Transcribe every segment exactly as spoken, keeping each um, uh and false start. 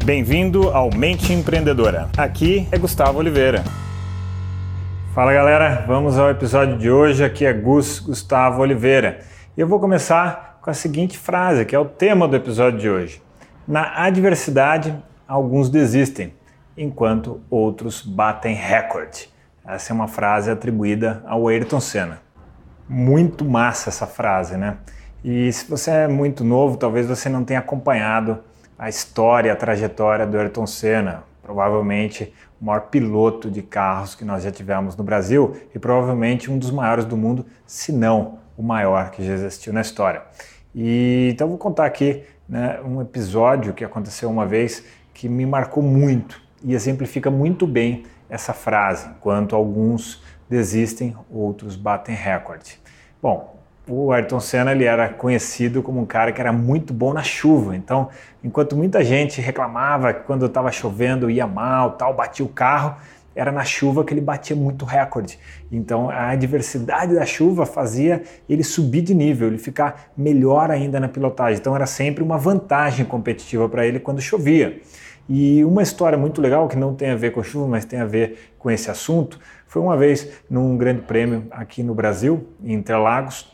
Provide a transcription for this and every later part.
Bem-vindo ao Mente Empreendedora. Aqui é Gustavo Oliveira. Fala galera, vamos ao episódio de hoje. Aqui é Gus Gustavo Oliveira. E eu vou começar com a seguinte frase, que é o tema do episódio de hoje. Na adversidade, alguns desistem, enquanto outros batem recorde. Essa é uma frase atribuída ao Ayrton Senna. Muito massa essa frase, né? E se você é muito novo, talvez você não tenha acompanhado a história, a trajetória do Ayrton Senna, provavelmente o maior piloto de carros que nós já tivemos no Brasil e provavelmente um dos maiores do mundo, se não o maior que já existiu na história. E então vou contar aqui, né, um episódio que aconteceu uma vez que me marcou muito e exemplifica muito bem essa frase, enquanto alguns desistem, outros batem recorde. Bom, o Ayrton Senna ele era conhecido como um cara que era muito bom na chuva, então enquanto muita gente reclamava que quando estava chovendo ia mal, tal, batia o carro, era na chuva que ele batia muito recorde. Então a adversidade da chuva fazia ele subir de nível, ele ficar melhor ainda na pilotagem, então era sempre uma vantagem competitiva para ele quando chovia. E uma história muito legal que não tem a ver com chuva, mas tem a ver com esse assunto, foi uma vez num grande prêmio aqui no Brasil, em Interlagos,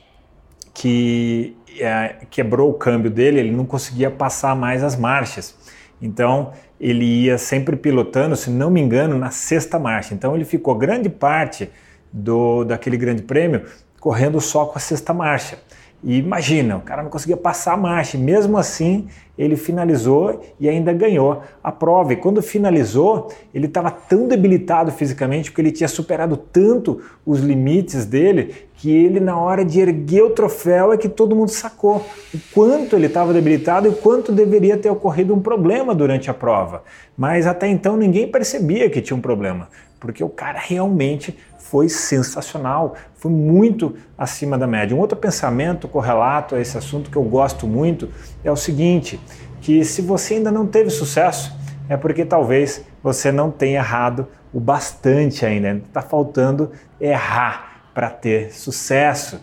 que é, quebrou o câmbio dele, ele não conseguia passar mais as marchas. Então ele ia sempre pilotando, se não me engano, na sexta marcha. Então ele ficou grande parte do, daquele grande prêmio correndo só com a sexta marcha. E imagina, o cara não conseguia passar a marcha, e mesmo assim ele finalizou e ainda ganhou a prova. E quando finalizou, ele estava tão debilitado fisicamente, porque ele tinha superado tanto os limites dele, que ele na hora de erguer o troféu é que todo mundo sacou o quanto ele estava debilitado e o quanto deveria ter ocorrido um problema durante a prova. Mas até então ninguém percebia que tinha um problema, porque o cara realmente foi sensacional, foi muito acima da média. Um outro pensamento correlato a esse assunto que eu gosto muito é o seguinte, que se você ainda não teve sucesso, é porque talvez você não tenha errado o bastante ainda, está faltando errar para ter sucesso.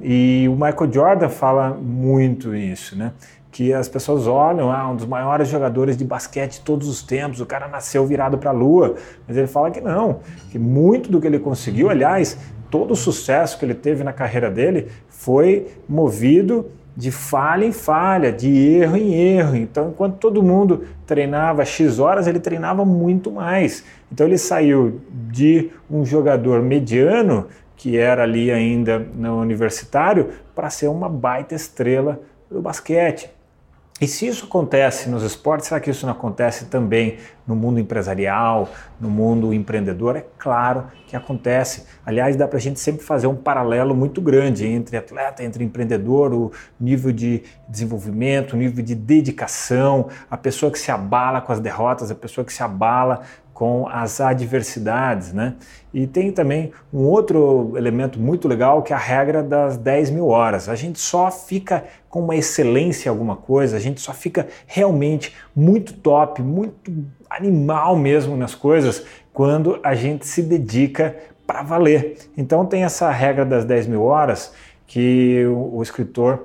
E o Michael Jordan fala muito isso, né? Que as pessoas olham, ah, um dos maiores jogadores de basquete de todos os tempos, o cara nasceu virado para a lua, mas ele fala que não, que muito do que ele conseguiu, aliás, todo o sucesso que ele teve na carreira dele foi movido de falha em falha, de erro em erro. Então, enquanto todo mundo treinava X horas, ele treinava muito mais. Então ele saiu de um jogador mediano, que era ali ainda no universitário, para ser uma baita estrela do basquete. E se isso acontece nos esportes, será que isso não acontece também no mundo empresarial, no mundo empreendedor? É claro que acontece. Aliás, dá para a gente sempre fazer um paralelo muito grande entre atleta, entre empreendedor, o nível de desenvolvimento, o nível de dedicação, a pessoa que se abala com as derrotas, a pessoa que se abala com as adversidades, né? E tem também um outro elemento muito legal que é a regra das dez mil horas. A gente só fica com uma excelência em alguma coisa, a gente só fica realmente muito top, muito animal mesmo nas coisas quando a gente se dedica para valer. Então tem essa regra das dez mil horas que o, o escritor,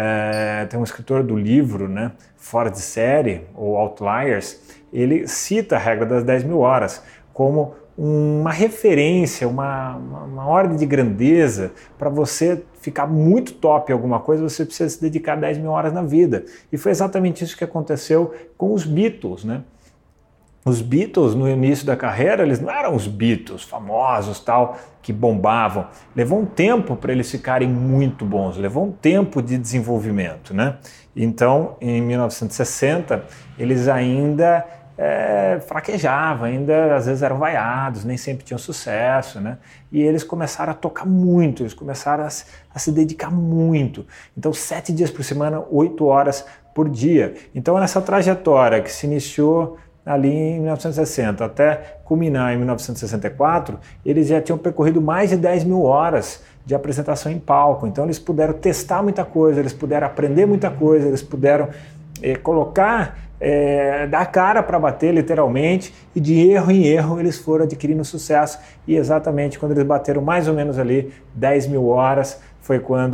é, tem um escritor do livro, né, Fora de Série ou Outliers, ele cita a regra das dez mil horas como uma referência, uma, uma, uma ordem de grandeza. Para você ficar muito top em alguma coisa, você precisa se dedicar dez mil horas na vida. E foi exatamente isso que aconteceu com os Beatles, né? Os Beatles, no início da carreira, eles não eram os Beatles famosos, tal, que bombavam. Levou um tempo para eles ficarem muito bons, levou um tempo de desenvolvimento, né? Então, em mil novecentos e sessenta, eles ainda é, fraquejavam, ainda às vezes eram vaiados, nem sempre tinham sucesso, né? E eles começaram a tocar muito, eles começaram a, a se dedicar muito. Então, sete dias por semana, oito horas por dia. Então, nessa trajetória que se iniciou ali em mil novecentos e sessenta até culminar em mil novecentos e sessenta e quatro, eles já tinham percorrido mais de dez mil horas de apresentação em palco. Então eles puderam testar muita coisa, eles puderam aprender muita coisa, eles puderam eh, colocar, eh, dar cara para bater literalmente, e de erro em erro eles foram adquirindo sucesso. E exatamente quando eles bateram mais ou menos ali dez mil horas, foi quando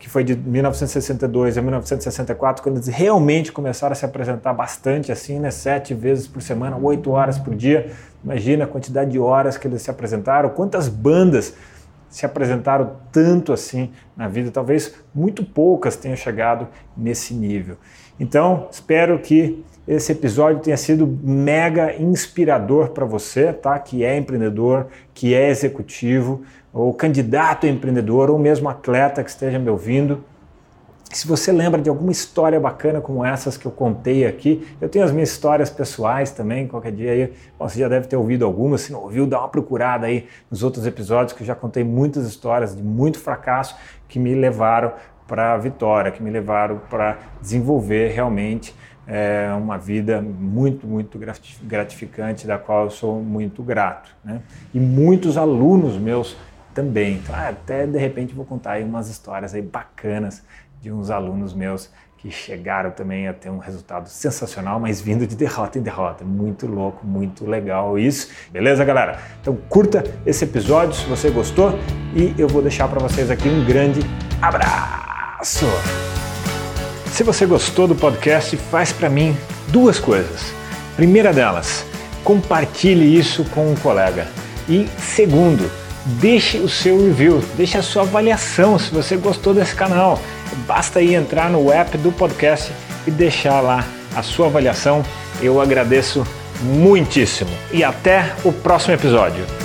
que foi de mil novecentos e sessenta e dois a mil novecentos e sessenta e quatro, quando eles realmente começaram a se apresentar bastante assim, né? Sete vezes por semana, oito horas por dia. Imagina a quantidade de horas que eles se apresentaram, quantas bandas se apresentaram tanto assim na vida. Talvez muito poucas tenham chegado nesse nível. Então, espero que esse episódio tenha sido mega inspirador para você, tá? Que é empreendedor, que é executivo, ou candidato a empreendedor, ou mesmo atleta que esteja me ouvindo. Se você lembra de alguma história bacana como essas que eu contei aqui, eu tenho as minhas histórias pessoais também, qualquer dia aí, bom, você já deve ter ouvido algumas, se não ouviu, dá uma procurada aí nos outros episódios, que eu já contei muitas histórias de muito fracasso que me levaram para a vitória, que me levaram para desenvolver realmente é, uma vida muito, muito gratificante, da qual eu sou muito grato, né? E muitos alunos meus também. Então, até de repente vou contar aí umas histórias aí bacanas de uns alunos meus que chegaram também a ter um resultado sensacional, mas vindo de derrota em derrota. Muito louco, muito legal isso. Beleza, galera? Então curta esse episódio se você gostou e eu vou deixar para vocês aqui um grande abraço. Se você gostou do podcast, faz para mim duas coisas. Primeira delas, compartilhe isso com um colega. E segundo, deixe o seu review, deixe a sua avaliação se você gostou desse canal. Basta aí entrar no app do podcast e deixar lá a sua avaliação. Eu agradeço muitíssimo. E até o próximo episódio.